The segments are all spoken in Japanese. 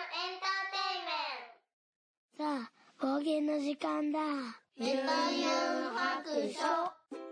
さあ、方言の時間だ。 ゆとゆん白書。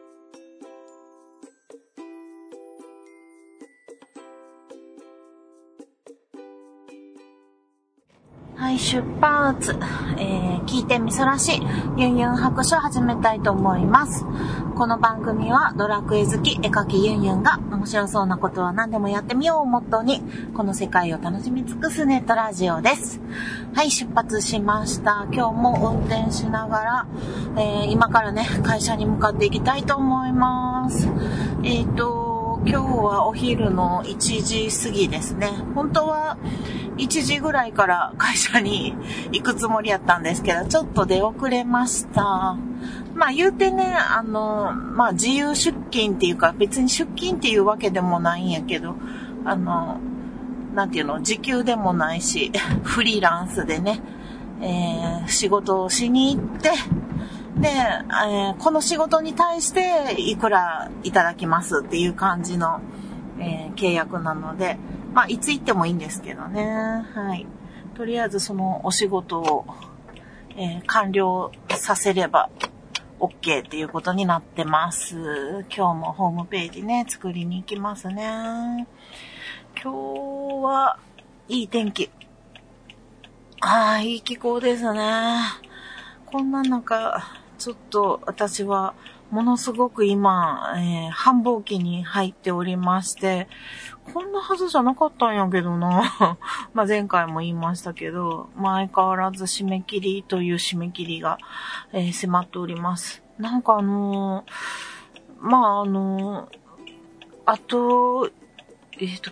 はい、出発。聞いてみそらしいユンユン白書を始めたいと思います。この番組はドラクエ好き絵描きユンユンが面白そうなことは何でもやってみようをモットーにこの世界を楽しみ尽くすネットラジオです。はい、出発しました。今日も運転しながら、今からね会社に向かっていきたいと思います。今日はお昼の1時過ぎですね。本当は1時ぐらいから会社に行くつもりやったんですけど、ちょっと出遅れました。まあ言うてね、自由出勤っていうか、別に出勤っていうわけでもないんやけど、なんていうの、時給でもないし、フリーランスでね、仕事をしに行って、で、この仕事に対していくらいただきますっていう感じの、契約なので、まあいつ行ってもいいんですけどね。はい。とりあえずそのお仕事を、完了させれば OK っていうことになってます。今日もホームページね、作りに行きますね。今日はいい天気。いい気候ですね。こんな中、ちょっと私はものすごく今、繁忙期に入っておりまして、こんなはずじゃなかったんやけどな。まあ前回も言いましたけど、相変わらず締め切りという締め切りが、迫っております。なんかあと、今日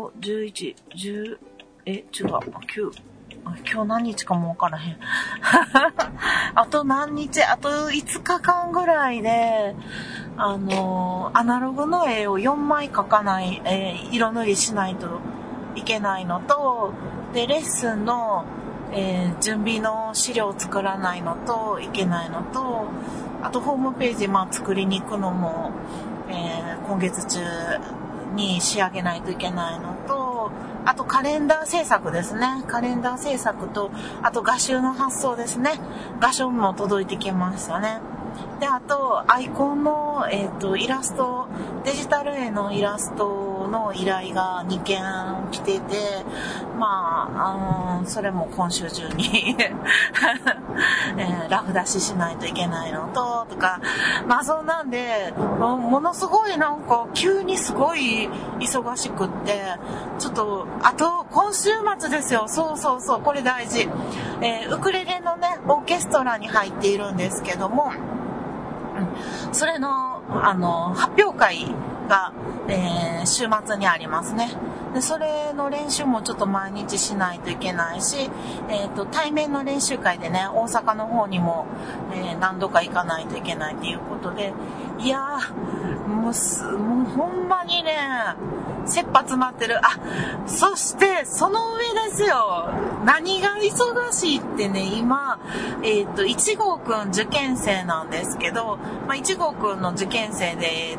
11、10、9、今日何日かもわからへん。あと何日、あと5日間ぐらいで、アナログの絵を4枚描かない、色塗りしないといけないのと、で、レッスンの、準備の資料を作らないのといけないのと、あとホームページ、作りに行くのも、今月中に仕上げないといけないのと、あとカレンダー制作ですね。カレンダー制作と、あと画集の発送ですね。画書も届いてきましたね。で、あとアイコンの、イラスト、デジタル絵のイラストの依頼が2件来てて、それも今週中に、ラフ出ししないといけないのとか、そうなんで、ものすごいなんか急にすごい忙しくって、ちょっと、あと今週末ですよ。そう、これ大事。ウクレレのね、オーケストラに入っているんですけども、それの、発表会が、週末にありますね。で、それの練習もちょっと毎日しないといけないし、対面の練習会でね、大阪の方にも、何度か行かないといけないということで、いやー、もうほんまにね、切羽詰まってる。そして、その上ですよ。何が忙しいってね、今、1号くん受験生なんですけど、1号くんの受験生で、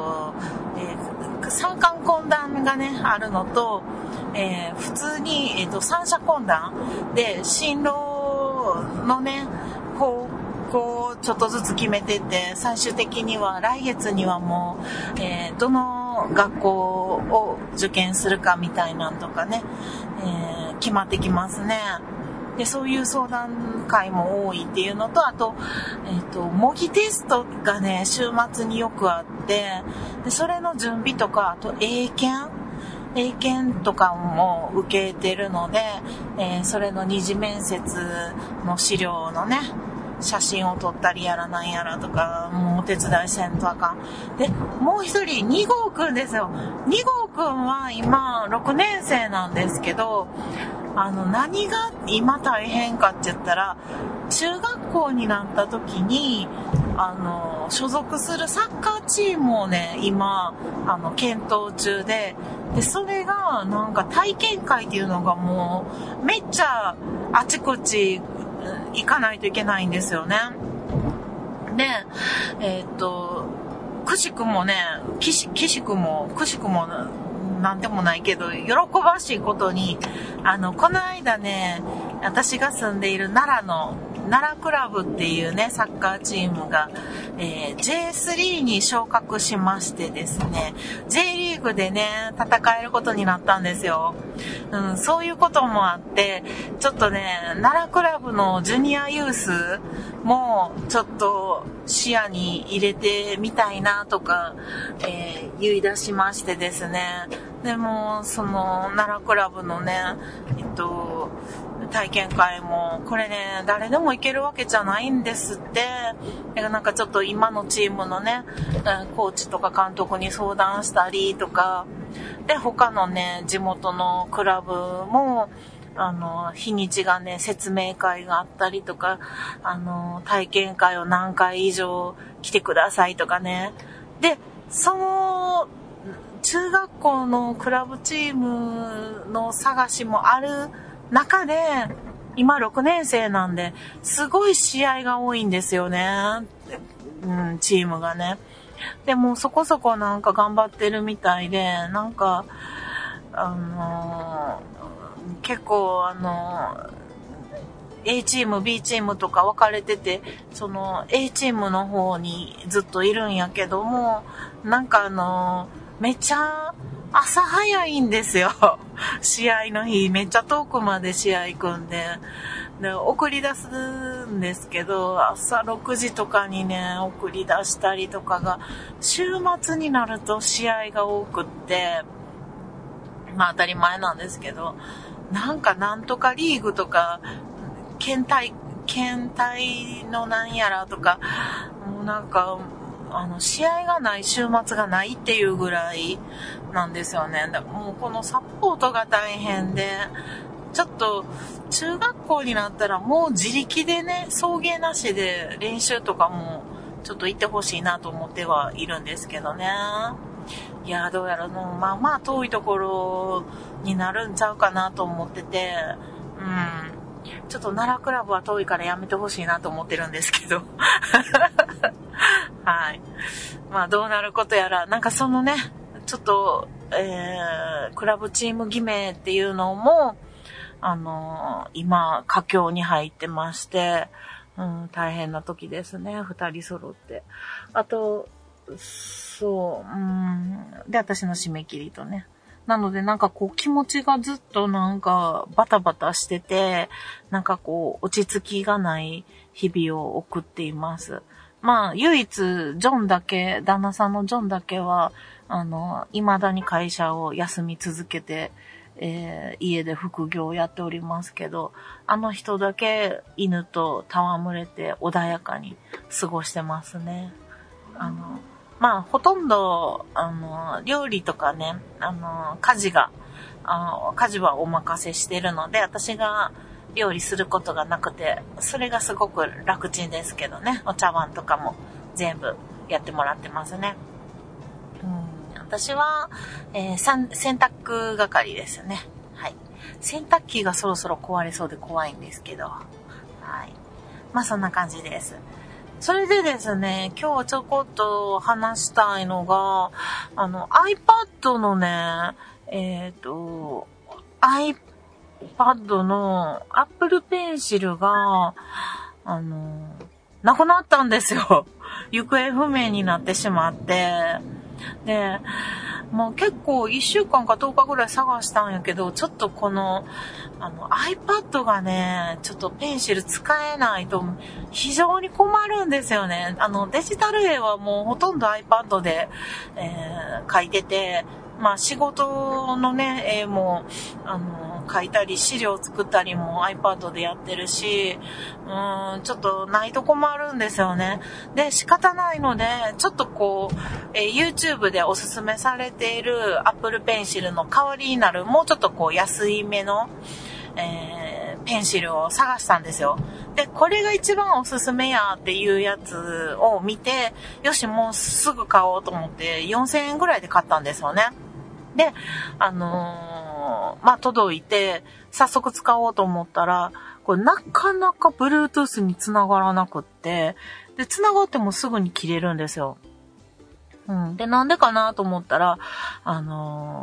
三冠懇談がね、あるのと、普通に、三者懇談で、進路のね、こうちょっとずつ決めてて、最終的には来月にはもう、どの学校を受験するかみたいなんとかね、決まってきますね。で、そういう相談会も多いっていうのと、あと、模擬テストがね、週末によくあって、で、それの準備とか、あと英検とかも受けてるので、それの二次面接の資料のね、写真を撮ったりやらなんやらとか、もうお手伝いせんとあかん。で、もう一人、2号くんですよ。2号くんは今、6年生なんですけど、何が今大変かって言ったら、中学校になった時に、所属するサッカーチームをね、今、検討中で、それが、なんか体験会っていうのがもう、めっちゃ、あちこち、行かないといけないんですよね。で、くしくもね、くしくも、 なんでもないけど、喜ばしいことに、この間ね、私が住んでいる奈良クラブっていうね、サッカーチームが、J3 に昇格しましてですね、J リーグでね、戦えることになったんですよ。そういうこともあって、ちょっとね、奈良クラブのジュニアユースもちょっと視野に入れてみたいなとか、言い出しましてですね。でも、その奈良クラブのね、体験会も、これね、誰でも行けるわけじゃないんですって。なんかちょっと今のチームのね、コーチとか監督に相談したりとか、で、他のね、地元のクラブも、日にちがね、説明会があったりとか、体験会を何回以上来てくださいとかね。で、その、中学校のクラブチームの探しもある中で、今6年生なんで、すごい試合が多いんですよね。チームがね。でもそこそこなんか頑張ってるみたいで、なんか、結構A チーム、B チームとか分かれてて、その A チームの方にずっといるんやけども、なんかめっちゃ朝早いんですよ。試合の日、めっちゃ遠くまで試合行くんで。で、送り出すんですけど、朝6時とかにね、送り出したりとかが、週末になると試合が多くって、まあ当たり前なんですけど、なんかなんとかリーグとか、県大のなんやらとか、もうなんか、試合がない週末がないっていうぐらいなんですよね。もうこのサポートが大変で、ちょっと中学校になったらもう自力でね、送迎なしで練習とかもちょっと行ってほしいなと思ってはいるんですけどね。いや、どうやらまあまあ遠いところになるんちゃうかなと思ってて、ちょっと奈良クラブは遠いからやめてほしいなと思ってるんですけど。はい。まあどうなることやら、なんかそのね、ちょっと、クラブチーム決めっていうのも、今、佳境に入ってまして、大変な時ですね、2人揃って。あと、で、私の締め切りとね。なのでなんかこう気持ちがずっとなんかバタバタしてて、なんかこう落ち着きがない日々を送っています。まあ唯一旦那さんのジョンだけは、未だに会社を休み続けて、家で副業をやっておりますけど、あの人だけ犬と戯れて穏やかに過ごしてますね。まあ、ほとんど、料理とかね、家事はお任せしてるので、私が料理することがなくて、それがすごく楽ちんですけどね、お茶碗とかも全部やってもらってますね。私は、洗濯係ですね。はい。洗濯機がそろそろ壊れそうで怖いんですけど、はい。まあ、そんな感じです。それでですね、今日はちょこっと話したいのが、iPad のね、iPad の Apple Pencil が、なくなったんですよ。行方不明になってしまって。で、もう結構1週間か10日ぐらい探したんやけど、ちょっとこの、iPad がね、ちょっとペンシル使えないと非常に困るんですよね。デジタル絵はもうほとんど iPad で、描いてて、まあ仕事のね、絵も、描いたり資料作ったりも iPad でやってるし、ちょっとないと困るんですよね。で、仕方ないので、ちょっとこう、YouTube でおすすめされている Apple Pencil の代わりになる、もうちょっとこう安いめの、ペンシルを探したんですよ。で、これが一番おすすめやっていうやつを見て、よし、もうすぐ買おうと思って4000円ぐらいで買ったんですよね。で、まあ、届いて、早速使おうと思ったら、これなかなか Bluetooth に繋がらなくって、で、繋がってもすぐに切れるんですよ。で、なんでかなと思ったら、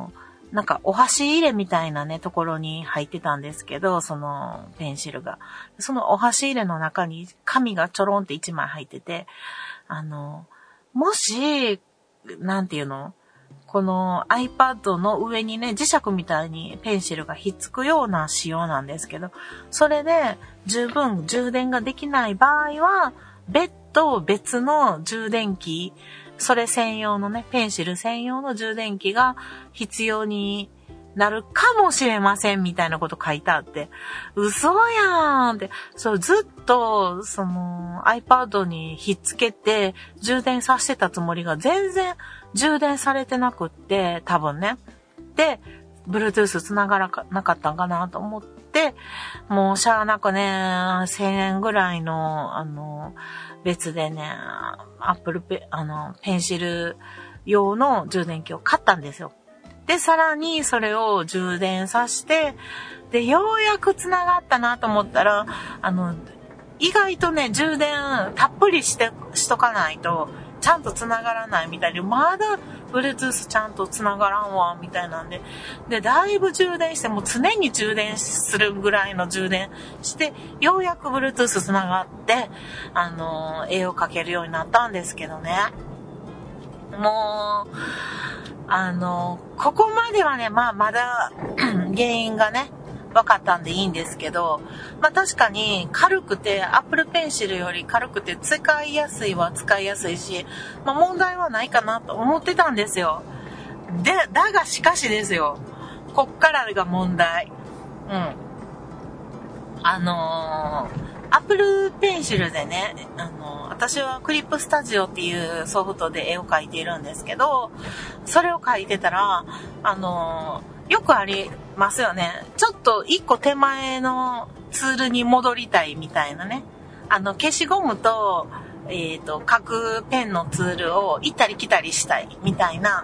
なんかお箸入れみたいなね、ところに入ってたんですけど、そのペンシルが。そのお箸入れの中に紙がちょろんって1枚入ってて、もし、なんていうの？この iPad の上にね、磁石みたいにペンシルがひっつくような仕様なんですけど、それで十分充電ができない場合は、別の充電器、それ専用のね、ペンシル専用の充電器が必要になるかもしれませんみたいなこと書いてあって、嘘やんって、そう、ずっと、その iPad にひっつけて充電させてたつもりが全然充電されてなくって、多分ね。で、Bluetooth 繋がらなかったんかなと思って、もうしゃあなくね、1000円ぐらいの、別でね、ペンシル用の充電器を買ったんですよ。で、さらにそれを充電させて、で、ようやく繋がったなと思ったら、意外とね、充電たっぷりしとかないと、ちゃんと繋がらないみたいで、まだ Bluetooth ちゃんと繋がらんわ、みたいなんで。で、だいぶ充電して、もう常に充電するぐらいの充電して、ようやく Bluetooth 繋がって、絵を描けるようになったんですけどね。もう、ここまではね、まだ原因がね、分かったんでいいんですけど、まあ確かに軽くて、Apple Pencil より軽くて使いやすいは使いやすいし、まあ問題はないかなと思ってたんですよ。だがしかしですよ、こっからが問題。Apple Pencil でね、私はクリップスタジオっていうソフトで絵を描いているんですけど、それを描いてたら、よくありますよね。ちょっと一個手前のツールに戻りたいみたいなね。消しゴムと、書くペンのツールを行ったり来たりしたいみたいな、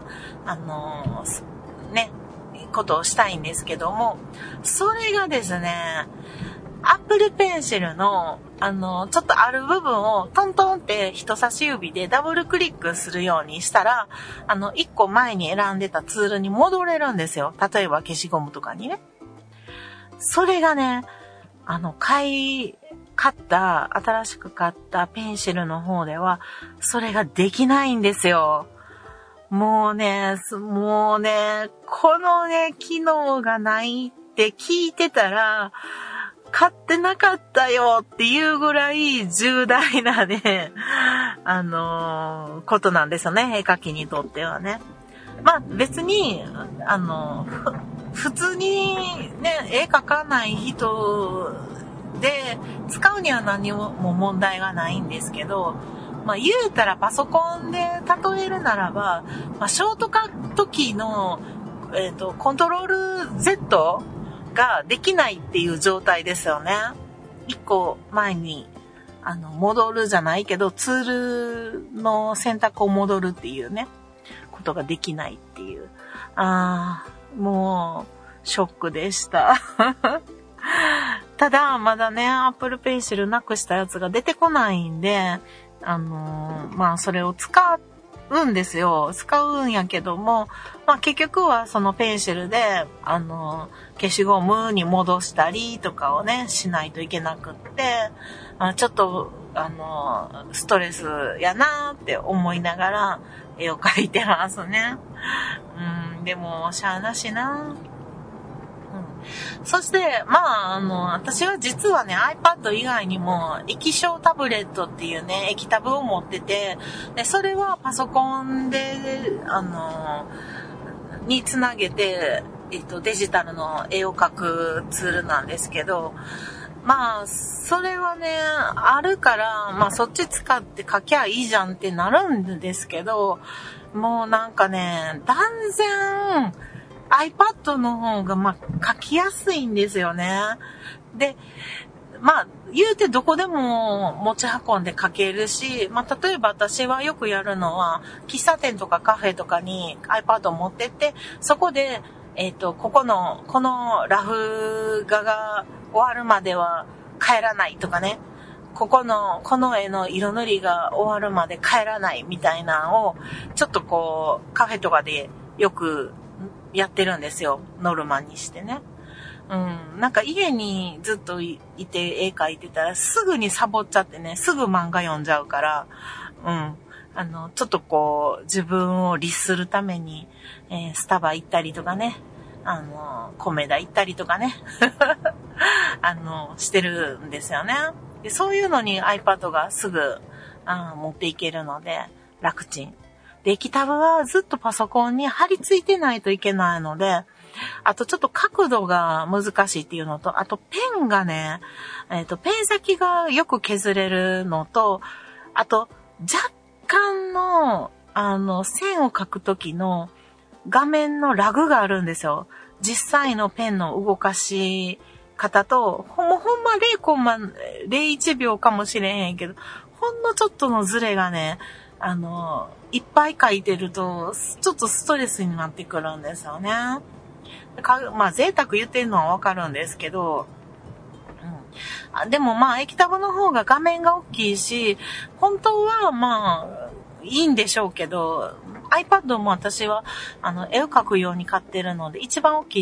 ことをしたいんですけども、それがですね、Apple Pencil の、ちょっとある部分をトントンって人差し指でダブルクリックするようにしたら、一個前に選んでたツールに戻れるんですよ。例えば消しゴムとかにね。それがね、新しく買ったペンシルの方では、それができないんですよ。もうね、このね、機能がないって聞いてたら、買ってなかったよっていうぐらい重大なね、ことなんですよね、絵描きにとってはね。まあ別に、普通にね、絵描かない人で使うには何も問題がないんですけど、まあ言うたらパソコンで例えるならば、まあショートカットキーの、コントロール Zができないっていう状態ですよね。一個前に戻るじゃないけどツールの選択を戻るっていうねことができないっていう、もうショックでしたただまだね Apple Pencil なくしたやつが出てこないんでまあそれを使うんですよ。使うんやけども、まあ結局はそのペンシルで、消しゴムに戻したりとかをね、しないといけなくって、ちょっと、ストレスやなーって思いながら絵を描いてますね。でも、しゃあなしな。そして、まあ、私は実はね、iPad 以外にも、液晶タブレットっていうね、液タブを持ってて、で、それはパソコンで、につなげて、デジタルの絵を描くツールなんですけど、まあ、それはね、あるから、まあ、そっち使って描きゃいいじゃんってなるんですけど、もうなんかね、断然、iPad の方がまあ書きやすいんですよね。で、まあ言うてどこでも持ち運んで書けるし、まあ例えば私はよくやるのは喫茶店とかカフェとかに iPad を持ってって、そこでこのラフ画が終わるまでは帰らないとかね、この絵の色塗りが終わるまで帰らないみたいなのをちょっとこうカフェとかでよくやってるんですよ。ノルマにしてね。なんか家にずっといて絵描いてたらすぐにサボっちゃってね、すぐ漫画読んじゃうから、ちょっとこう自分を律するために、スタバ行ったりとかね、コメダ行ったりとかね、してるんですよね。で、そういうのに iPad がすぐ、持っていけるので、楽ちん。で、液タブはずっとパソコンに貼り付いてないといけないので、あとちょっと角度が難しいっていうのと、あとペンがね、ペン先がよく削れるのと、あと若干の、線を描くときの画面のラグがあるんですよ。実際のペンの動かし方と、ほんま 0.01 秒かもしれへんけど、ほんのちょっとのズレがね、いっぱい書いてると、ちょっとストレスになってくるんですよね。まあ、贅沢言ってるのはわかるんですけど、でもまあ、液タブの方が画面が大きいし、本当はまあ、いいんでしょうけど、iPad も私は、絵を描くように買ってるので、一番大きい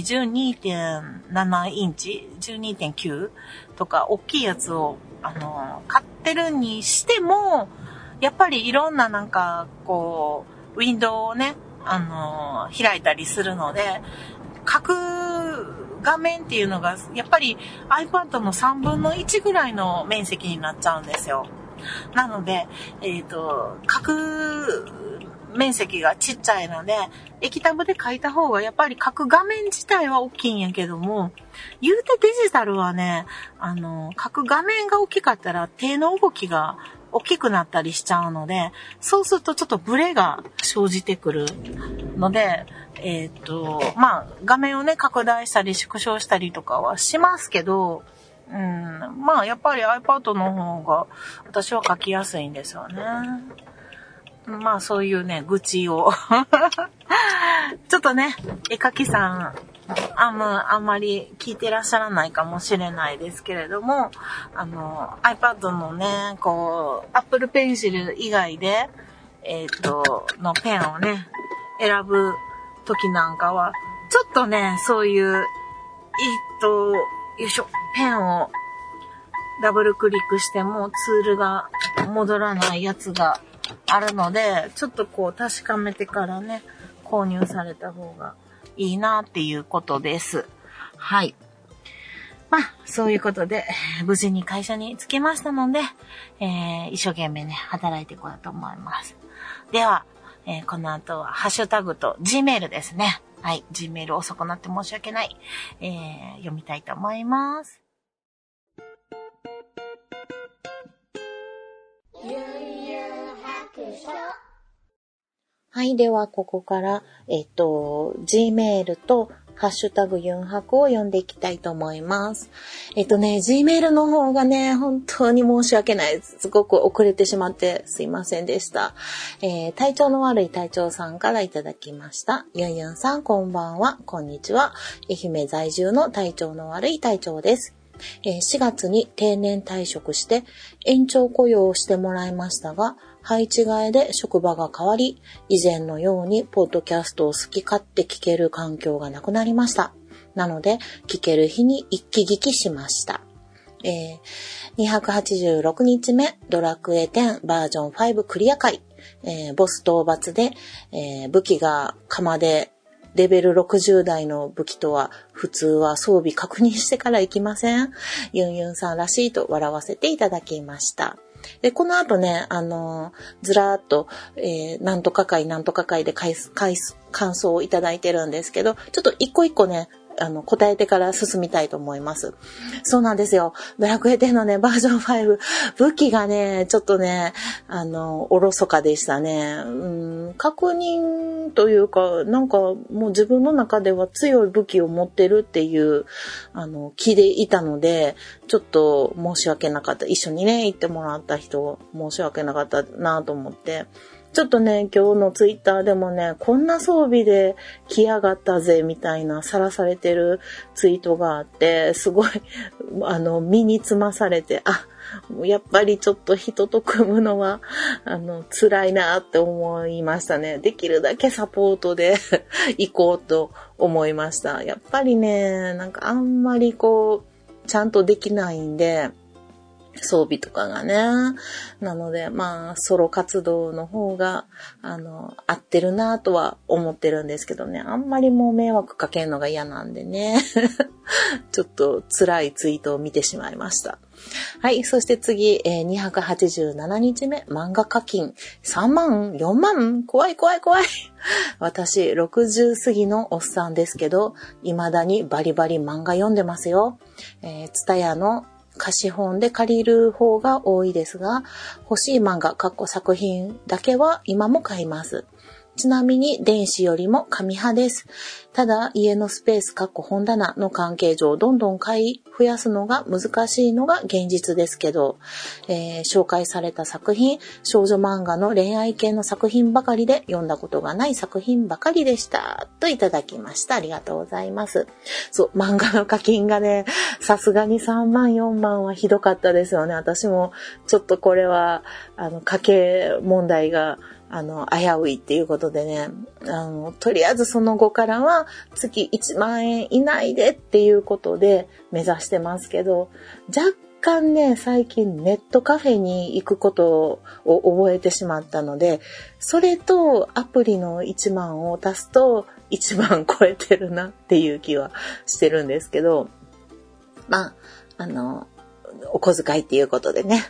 12.7 インチ、12.9 とか、大きいやつを、買ってるにしても、やっぱりいろんななんか、こう、ウィンドウをね、開いたりするので、書く画面っていうのが、やっぱり iPad の3分の1ぐらいの面積になっちゃうんですよ。なので、書く面積がちっちゃいので、液タブで書いた方がやっぱり書く画面自体は大きいんやけども、言うてデジタルはね、書く画面が大きかったら手の動きが大きくなったりしちゃうので、そうするとちょっとブレが生じてくるので、まあ、画面をね、拡大したり縮小したりとかはしますけど、まあ、やっぱり iPad の方が私は書きやすいんですよね。まあ、そういうね、愚痴を。ちょっとね、絵描きさん、あんまり聞いてらっしゃらないかもしれないですけれども、iPad のね、こう、Apple Pencil 以外で、のペンをね、選ぶ時なんかは、ちょっとね、そういう、よいしょ、ペンをダブルクリックしてもツールが戻らないやつがあるので、ちょっとこう確かめてからね、購入された方がいいなっていうことです。はい。まあ、そういうことで、無事に会社に着きましたので、一生懸命ね、働いていこうと思います。では、この後はハッシュタグと Gmail ですね。はい。Gmail 遅くなって申し訳ない。読みたいと思います。はい。では、ここから、Gmail とハッシュタグユンハクを読んでいきたいと思います。Gmail の方がね、本当に申し訳ない。すごく遅れてしまってすいませんでした。体調の悪い隊長さんからいただきました。ユンユンさん、こんばんは。こんにちは。愛媛在住の体調の悪い隊長です。4月に定年退職して延長雇用をしてもらいましたが、配置換えで職場が変わり、以前のようにポッドキャストを好き勝手聞ける環境がなくなりました。なので、聞ける日に一気聞きしました。286日目、ドラクエ10バージョン5クリア回。ボス討伐で、武器が鎌で、レベル60台の武器とは普通は装備確認してから行きません？ユンユンさんらしいと笑わせていただきました。で、この後ね、ずらーっと、なんとか回で感想をいただいてるんですけど、ちょっと一個一個ね、答えてから進みたいと思います。そうなんですよ。ドラクエ10のね、バージョン5、武器がね、ちょっとね、おろそかでしたね。確認というか、なんかもう自分の中では強い武器を持ってるっていう、気でいたので、ちょっと申し訳なかった。一緒にね、行ってもらった人、申し訳なかったなと思って。 ちょっとね、今日のツイッターでもね、こんな装備で来やがったぜみたいなさらされてるツイートがあって、すごい身につまされて、やっぱりちょっと人と組むのは辛いなって思いましたね。できるだけサポートで行こうと思いました。やっぱりね、なんかあんまりちゃんとできないんで、装備とかがね。なので、ソロ活動の方が、合ってるなとは思ってるんですけどね。あんまりもう迷惑かけるのが嫌なんでね。ちょっと辛いツイートを見てしまいました。はい。そして次、287日目、漫画課金。3万 ?4 万怖い。私、60過ぎのおっさんですけど、未だにバリバリ漫画読んでますよ。TSUTAYAの貸本で借りる方が多いですが、欲しい漫画、作品だけは今も買います。ちなみに電子よりも紙派です。ただ家のスペース本棚の関係上どんどん増やすのが難しいのが現実ですけど、紹介された作品、少女漫画の恋愛系の作品ばかりで読んだことがない作品ばかりでしたといただきました。ありがとうございます。そう、漫画の課金がね、さすがに3万4万はひどかったですよね。私もちょっとこれは家計問題が危ういっていうことでね、とりあえずその後からは月1万円以内でっていうことで目指してますけど、若干ね、最近ネットカフェに行くことを覚えてしまったので、それとアプリの1万を足すと1万超えてるなっていう気はしてるんですけど、お小遣いっていうことでね。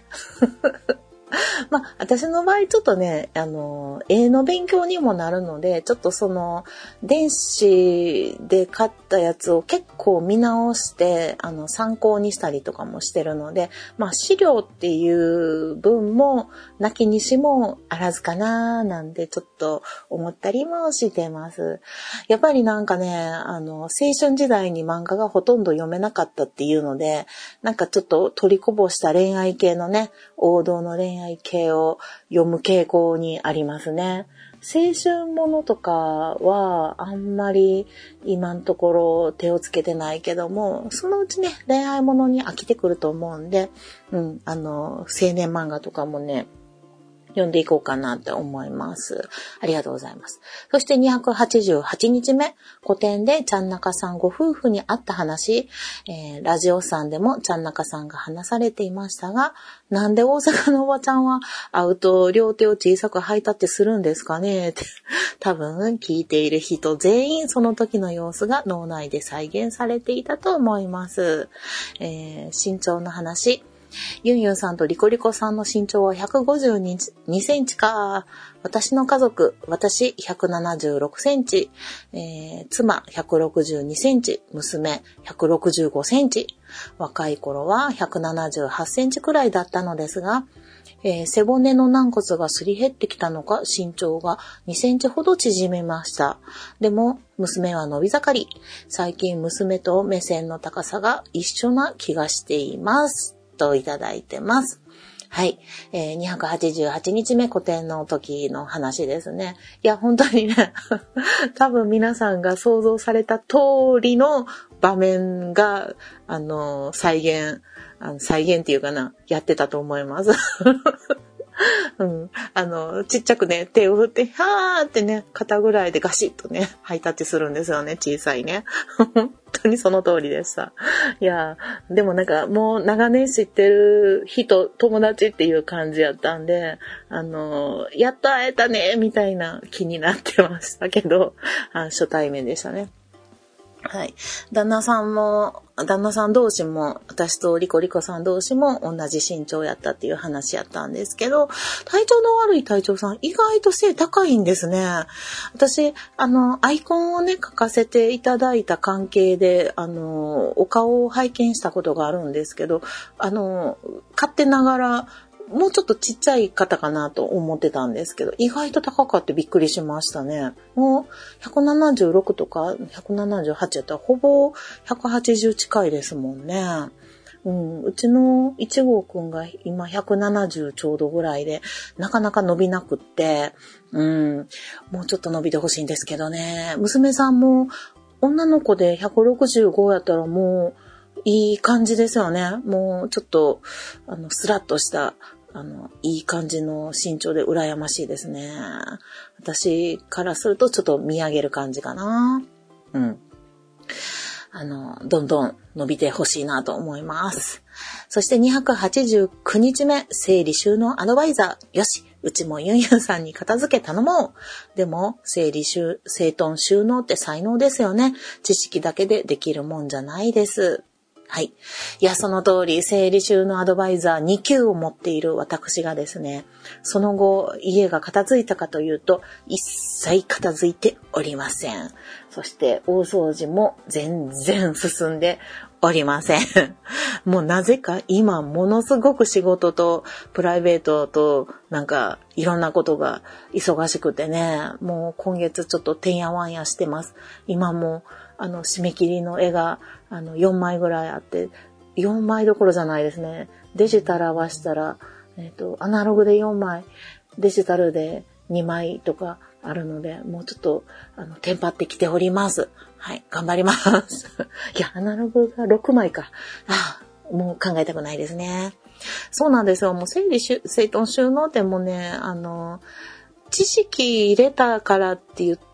私の場合ちょっとね、絵の勉強にもなるので、ちょっと電子で買ったやつを結構見直して、参考にしたりとかもしてるので、資料っていう分も、なきにしもあらずかななんてちょっと思ったりもしてます。やっぱりなんかね、青春時代に漫画がほとんど読めなかったっていうので、なんかちょっと取りこぼした恋愛系のね、王道の恋愛系を読む傾向にありますね。青春ものとかはあんまり今のところ手をつけてないけども、そのうちね、恋愛ものに飽きてくると思うんで、青年漫画とかもね、読んでいこうかなって思います。ありがとうございます。そして288日目、古典でちゃんなかさんご夫婦に会った話、ラジオさんでもちゃんなかさんが話されていましたが、なんで大阪のおばちゃんは会うと両手を小さく吐いたってするんですかねって多分聞いている人全員その時の様子が脳内で再現されていたと思います。身長の話。ユンユンさんとリコリコさんの身長は152センチか。私の家族、私176センチ、妻162センチ、娘165センチ。若い頃は178センチくらいだったのですが、背骨の軟骨がすり減ってきたのか身長が2センチほど縮めました。でも娘は伸び盛り。最近娘と目線の高さが一緒な気がしています。といただいてます。はい。288日目古典の時の話ですね。いや、本当にね、多分皆さんが想像された通りの場面が、再現っていうかな、やってたと思います。ちっちゃくね、手を振って、はーってね、肩ぐらいでガシッとね、ハイタッチするんですよね、小さいね。本当にその通りでした。いや、でもなんかもう長年知ってる人、友達っていう感じやったんで、やっと会えたね、みたいな気になってましたけど、初対面でしたね。はい。旦那さん同士も、私とリコリコさん同士も同じ身長やったっていう話やったんですけど、体調の悪い隊長さん意外と背高いんですね。私、アイコンをね、書かせていただいた関係で、お顔を拝見したことがあるんですけど、勝手ながら、 もうちょっとちっちゃい方かなと思ってたんですけど、意外と高かってびっくりしましたね。もう176とか178やったらほぼ180近いですもんね。うちの1号くんが今170ちょうどぐらいで、なかなか伸びなくって、もうちょっと伸びてほしいんですけどね。娘さんも女の子で165やったらもういい感じですよね。もうちょっと、スラッとした、いい感じの身長で羨ましいですね。私からするとちょっと見上げる感じかな。どんどん伸びてほしいなと思います。そして289日目、整理収納アドバイザー。よし、うちもユンユンさんに片付け頼もう。でも、整頓収納って才能ですよね。知識だけでできるもんじゃないです。はい。いや、その通り、整理収納アドバイザー2級を持っている私がですね、その後、家が片付いたかというと、一切片付いておりません。そして、大掃除も全然進んでおりません。もうなぜか今、ものすごく仕事とプライベートと、なんか、いろんなことが忙しくてね、もう今月ちょっとてんやわんやしてます。今も、締め切りの絵が、4枚ぐらいあって、4枚どころじゃないですね。デジタル合わせたら、アナログで4枚、デジタルで2枚とかあるので、もうちょっと、テンパってきております。はい、頑張ります。いや、アナログが6枚か。もう考えたくないですね。そうなんですよ。もう整頓収納ってもね、知識入れたからって言って、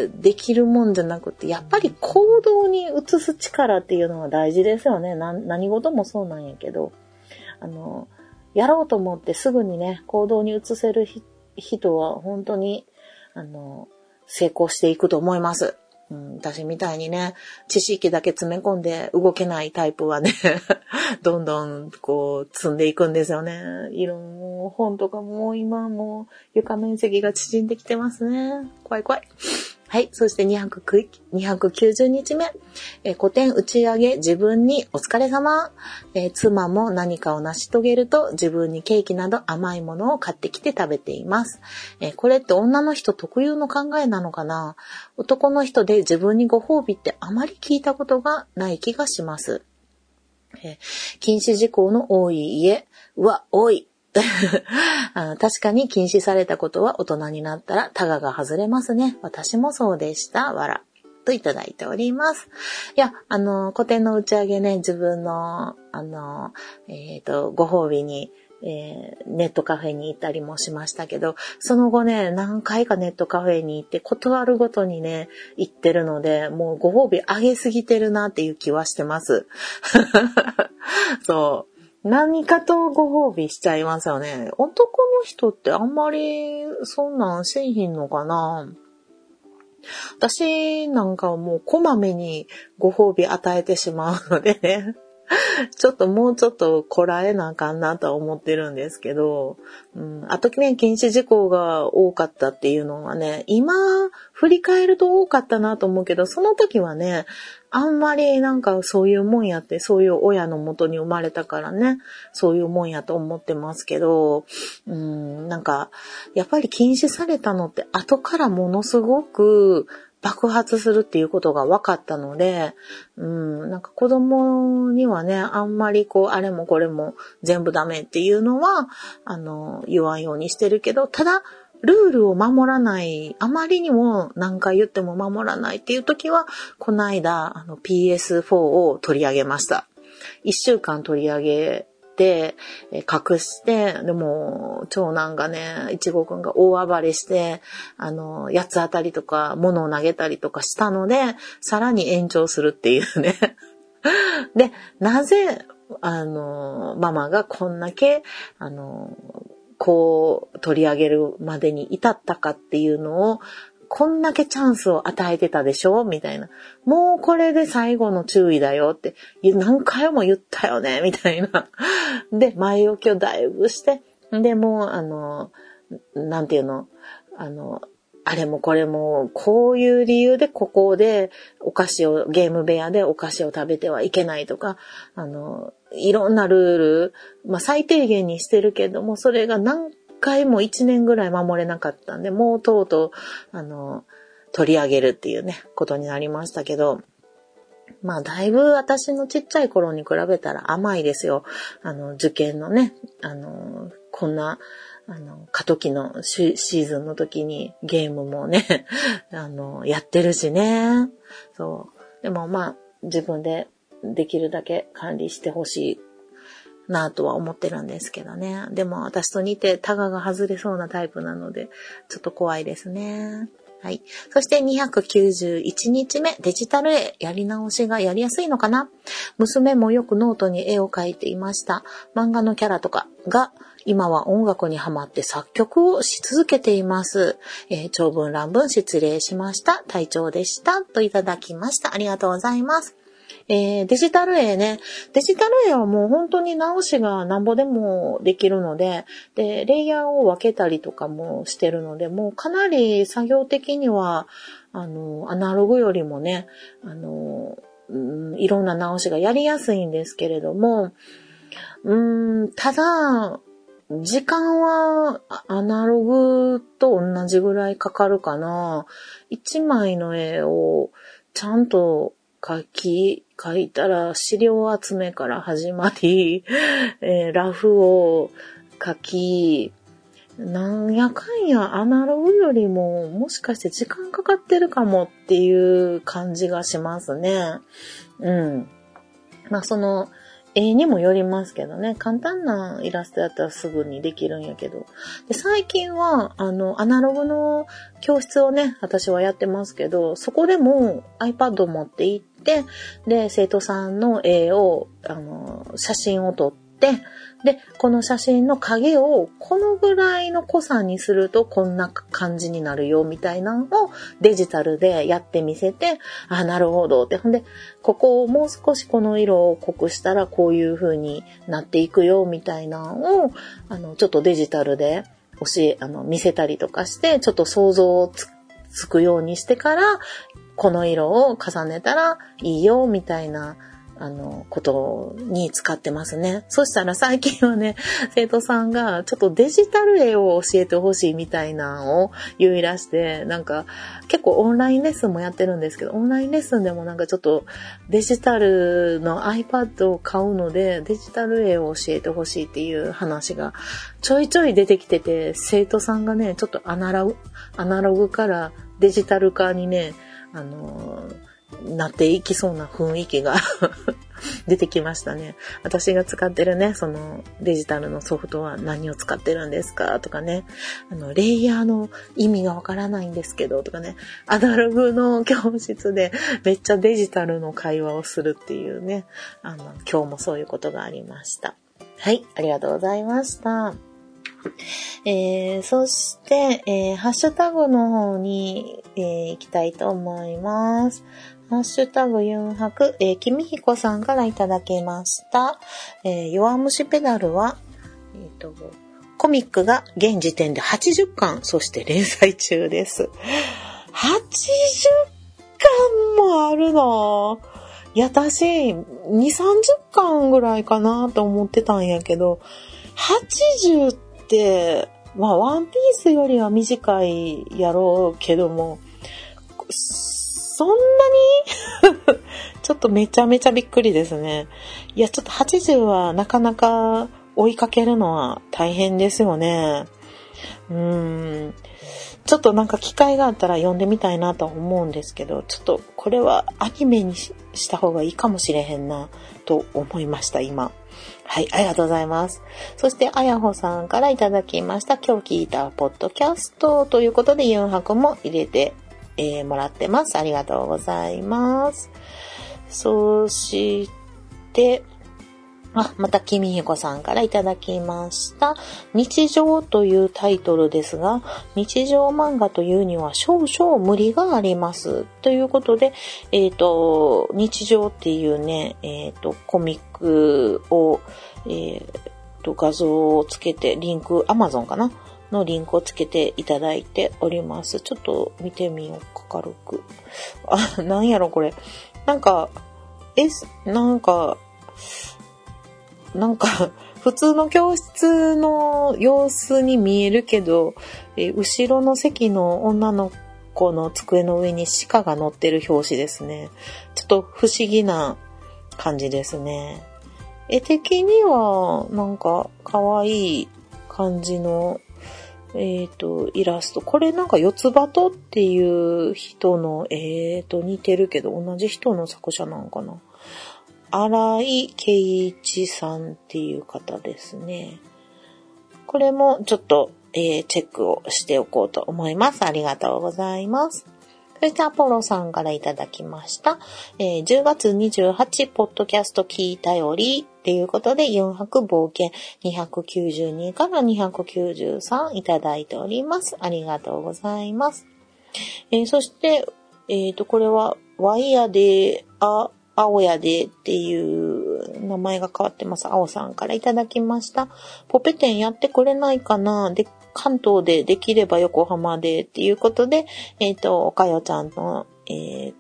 できるもんじゃなくて、やっぱり行動に移す力っていうのは大事ですよね。何事もそうなんやけど、やろうと思ってすぐにね、行動に移せる人は本当に、成功していくと思います。私みたいにね、知識だけ詰め込んで動けないタイプはね、どんどんこう積んでいくんですよね。もう本とかも今もう床面積が縮んできてますね。怖い。はい。そして290日目。個展打ち上げ、自分にお疲れ様。妻も何かを成し遂げると自分にケーキなど甘いものを買ってきて食べています。これって女の人特有の考えなのかな？男の人で自分にご褒美ってあまり聞いたことがない気がします。禁止事項の多い家。多い。確かに禁止されたことは大人になったらタガが外れますね。私もそうでした。といただいております。いや、個展の打ち上げね、自分の、ご褒美に、ネットカフェに行ったりもしましたけど、その後ね、何回かネットカフェに行って、断るごとにね、行ってるので、もうご褒美上げすぎてるなっていう気はしてます。そう。何かとご褒美しちゃいますよね。男の人ってあんまりそんなんせえひんのかな。私なんかはもうこまめにご褒美与えてしまうのでね。もうちょっとこらえなあかんなとは思ってるんですけど、あとね、禁止事項が多かったっていうのはね、今振り返ると多かったなと思うけど、その時はね、あんまりなんかそういうもんやって、そういう親の元に生まれたからね、そういうもんやと思ってますけど、なんか、やっぱり禁止されたのって後からものすごく爆発するっていうことが分かったので、なんか子供にはね、あんまりあれもこれも全部ダメっていうのは、言わんようにしてるけど、ただ、ルールを守らない、あまりにも何回言っても守らないっていう時は、この間、PS4 を取り上げました。1週間取り上げて、隠して、でも、長男がね、いちごくんが大暴れして、八つ当たりとか、物を投げたりとかしたので、さらに延長するっていうね。で、なぜ、ママがこんだけ、取り上げるまでに至ったかっていうのを、こんだけチャンスを与えてたでしょみたいな。もうこれで最後の注意だよって、何回も言ったよねみたいな。で、前置きをだいぶして、で、もう、なんていうの、 あれもこれも、こういう理由でここでゲーム部屋でお菓子を食べてはいけないとか、いろんなルール、最低限にしてるけども、それが何回も1年ぐらい守れなかったんで、もうとうとう、取り上げるっていうね、ことになりましたけど、だいぶ私のちっちゃい頃に比べたら甘いですよ。受験のね、こんな、過渡期のシーズンの時にゲームもね、やってるしね。そう。でも自分でできるだけ管理してほしいなとは思ってるんですけどね。でも私と似てタガが外れそうなタイプなので、ちょっと怖いですね。はい。そして291日目、デジタル絵やり直しがやりやすいのかな？娘もよくノートに絵を描いていました。漫画のキャラとかが今は音楽にハマって作曲をし続けています。長文乱文失礼しました。隊長でした。といただきました。ありがとうございます。デジタル絵ね。デジタル絵はもう本当に直しがなんぼでもできるので、で、レイヤーを分けたりとかもしてるので、もうかなり作業的には、アナログよりもね、いろんな直しがやりやすいんですけれども、ただ、時間はアナログと同じぐらいかかるかな。1枚の絵をちゃんと描いたら資料集めから始まり、ラフを描き、なんやかんやアナログよりももしかして時間かかってるかもっていう感じがしますね。その絵にもよりますけどね。簡単なイラストやったらすぐにできるんやけど。で、最近は、アナログの教室をね、私はやってますけど、そこでも iPad を持って行って、で、生徒さんの絵を、写真を撮って、で、この写真の影をこのぐらいの濃さにするとこんな感じになるよみたいなのをデジタルでやってみせて、なるほどって。ほんで、ここをもう少しこの色を濃くしたらこういう風になっていくよみたいなのを、ちょっとデジタルで見せたりとかして、ちょっと想像つくようにしてから、この色を重ねたらいいよみたいな、ことに使ってますね。そしたら最近はね、生徒さんがちょっとデジタル絵を教えてほしいみたいなのを言い出して、なんか結構オンラインレッスンもやってるんですけど、オンラインレッスンでもなんかちょっとデジタルの iPad を買うので、デジタル絵を教えてほしいっていう話がちょいちょい出てきてて、生徒さんがね、ちょっとアナログからデジタル化にね、なっていきそうな雰囲気が出てきましたね。私が使ってるね、そのデジタルのソフトは何を使ってるんですかとかね、レイヤーの意味がわからないんですけどとかね、アナログの教室でめっちゃデジタルの会話をするっていうね、今日もそういうことがありました。はい、ありがとうございました。そして、ハッシュタグの方に、行きたいと思います。ハッシュタグユンハク、きみひこさんからいただきました。弱虫ペダルは、コミックが現時点で80巻、そして連載中です。80巻もあるの？いや、私、2、30巻ぐらいかなと思ってたんやけど、80って、ワンピースよりは短いやろうけども、そんなにちょっとめちゃめちゃびっくりですね。いや、ちょっと80はなかなか追いかけるのは大変ですよね。ちょっとなんか機会があったら読んでみたいなと思うんですけど、ちょっとこれはアニメにした方がいいかもしれへんなと思いました、今。はい、ありがとうございます。そして、あやほさんからいただきました。今日聞いたポッドキャストということで、ユンハクも入れて、もらってます。ありがとうございます。そして、また、きみひこさんからいただきました。日常というタイトルですが、日常漫画というには少々無理があります。ということで、日常っていうね、コミックを、画像をつけて、リンク、Amazon かなのリンクをつけていただいております。ちょっと見てみようか、軽く。なんやろこれ。なんか普通の教室の様子に見えるけど、後ろの席の女の子の机の上に鹿が乗ってる表紙ですね。ちょっと不思議な感じですね。絵的にはなんか可愛い感じのイラスト。これなんか四つ葉とっていう人の似てるけど同じ人の作者なんかな。荒井圭一さんっていう方ですね。これもちょっと、チェックをしておこうと思います。ありがとうございます。そしてアポロさんからいただきました。10月28ポッドキャスト聞いたよりっていうことで4泊冒険292から293いただいております。ありがとうございます。そして、これはワイヤで青やでっていう名前が変わってます。青さんからいただきました。ポペテンやってくれないかなで、関東でできれば横浜でっていうことで、おかよちゃんの、イ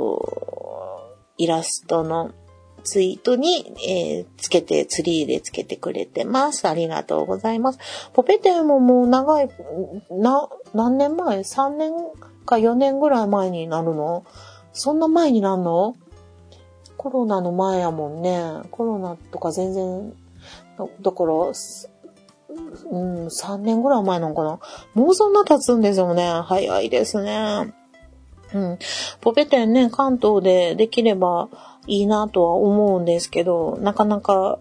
ラストのツイートに、ツリーでつけてくれてます。ありがとうございます。ポペテンももう長い、何年前 ?3 年か4年ぐらい前になるの？そんな前になるの？コロナの前やもんね。コロナとか全然、だから、3年ぐらい前なのかな。もうそんな経つんですよね。早いですね。ポペテンね、関東でできればいいなとは思うんですけど、なかなか、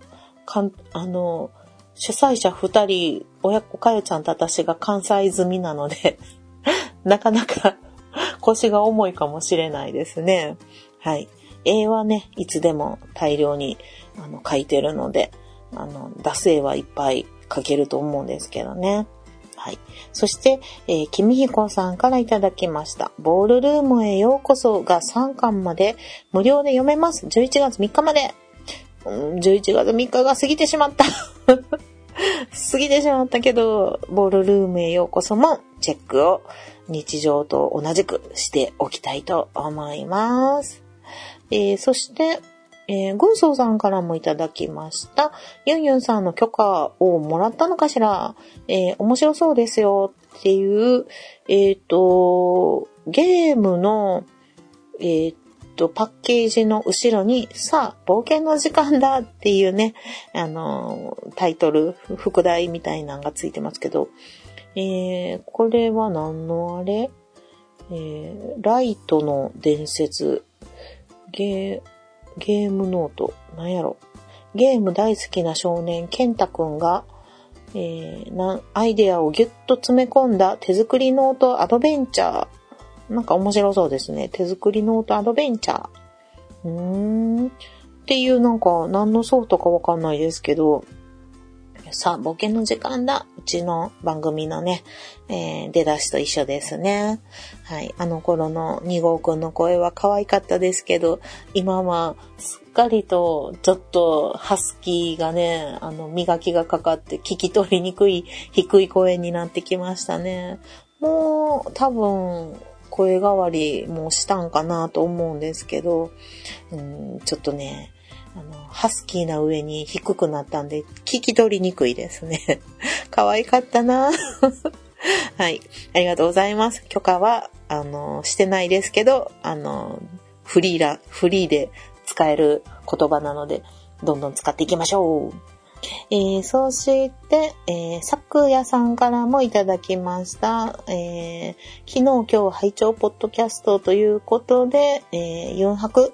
主催者2人、おかよちゃんと私が関西済みなので、なかなか腰が重いかもしれないですね。はい。絵はね、いつでも大量に描いてるので、出す絵はいっぱい描けると思うんですけどね。はい。そして、きみひこさんからいただきました。ボールルームへようこそが3巻まで無料で読めます。11月3日まで。11月3日が過ぎてしまった。過ぎてしまったけど、ボールルームへようこそもチェックを日常と同じくしておきたいと思います。そして、軍曹さんからもいただきました。ユンユンさんの許可をもらったのかしら？面白そうですよっていう、ゲームの、パッケージの後ろに、さあ、冒険の時間だっていうね、タイトル、副題みたいなのがついてますけど、これは何のあれ？ライトの伝説、ゲームノート。なんやろ。ゲーム大好きな少年、ケンタくんが、アイデアをギュッと詰め込んだ手作りノートアドベンチャー。なんか面白そうですね。手作りノートアドベンチャー。っていうなんか何のソフトかわかんないですけど、さあ、冒険の時間だ。うちの番組のね、出だしと一緒ですね。はい。あの頃の2号くんの声は可愛かったですけど、今はすっかりとちょっとハスキーがね、磨きがかかって聞き取りにくい低い声になってきましたね。もう多分声変わりもしたんかなと思うんですけど、ちょっとね、ハスキーな上に低くなったんで聞き取りにくいですね。可愛かったな。はい。ありがとうございます。許可は、してないですけど、フリーで使える言葉なので、どんどん使っていきましょう。そして、さくやさんからもいただきました。昨日今日拝聴ポッドキャストということで、4泊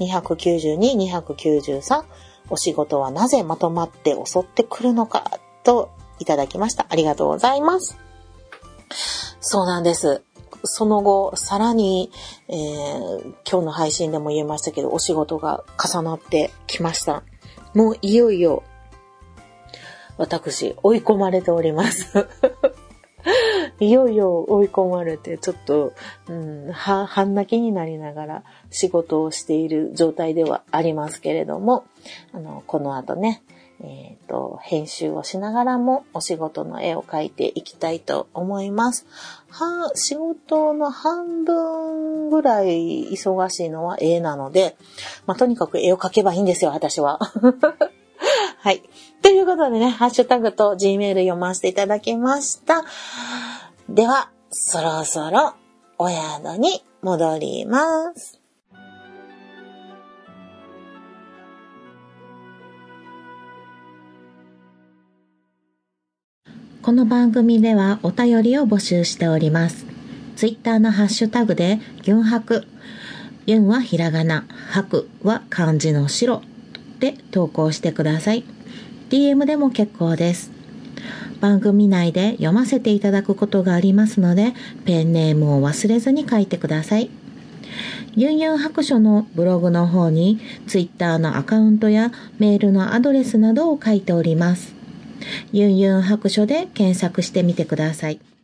292、293お仕事はなぜまとまって襲ってくるのかといただきました。ありがとうございます。そうなんです。その後、さらに、今日の配信でも言えましたけど、お仕事が重なってきました。もういよいよ、私、追い込まれております。いよいよ追い込まれて、ちょっと、半泣きになりながら仕事をしている状態ではありますけれども、この後ね、 編集をしながらもお仕事の絵を描いていきたいと思います。仕事の半分ぐらい忙しいのは絵なので、とにかく絵を描けばいいんですよ、私は。はい。ということでね、ハッシュタグと Gmail 読ませていただきました。では、そろそろお宿に戻ります。この番組ではお便りを募集しております。ツイッターのハッシュタグでギュンハク、ユンはひらがな、ハクは漢字の白で投稿してください。DM でも結構です。番組内で読ませていただくことがありますので、ペンネームを忘れずに書いてください。ユンユン白書のブログの方にツイッターのアカウントやメールのアドレスなどを書いております。ユンユン白書で検索してみてください。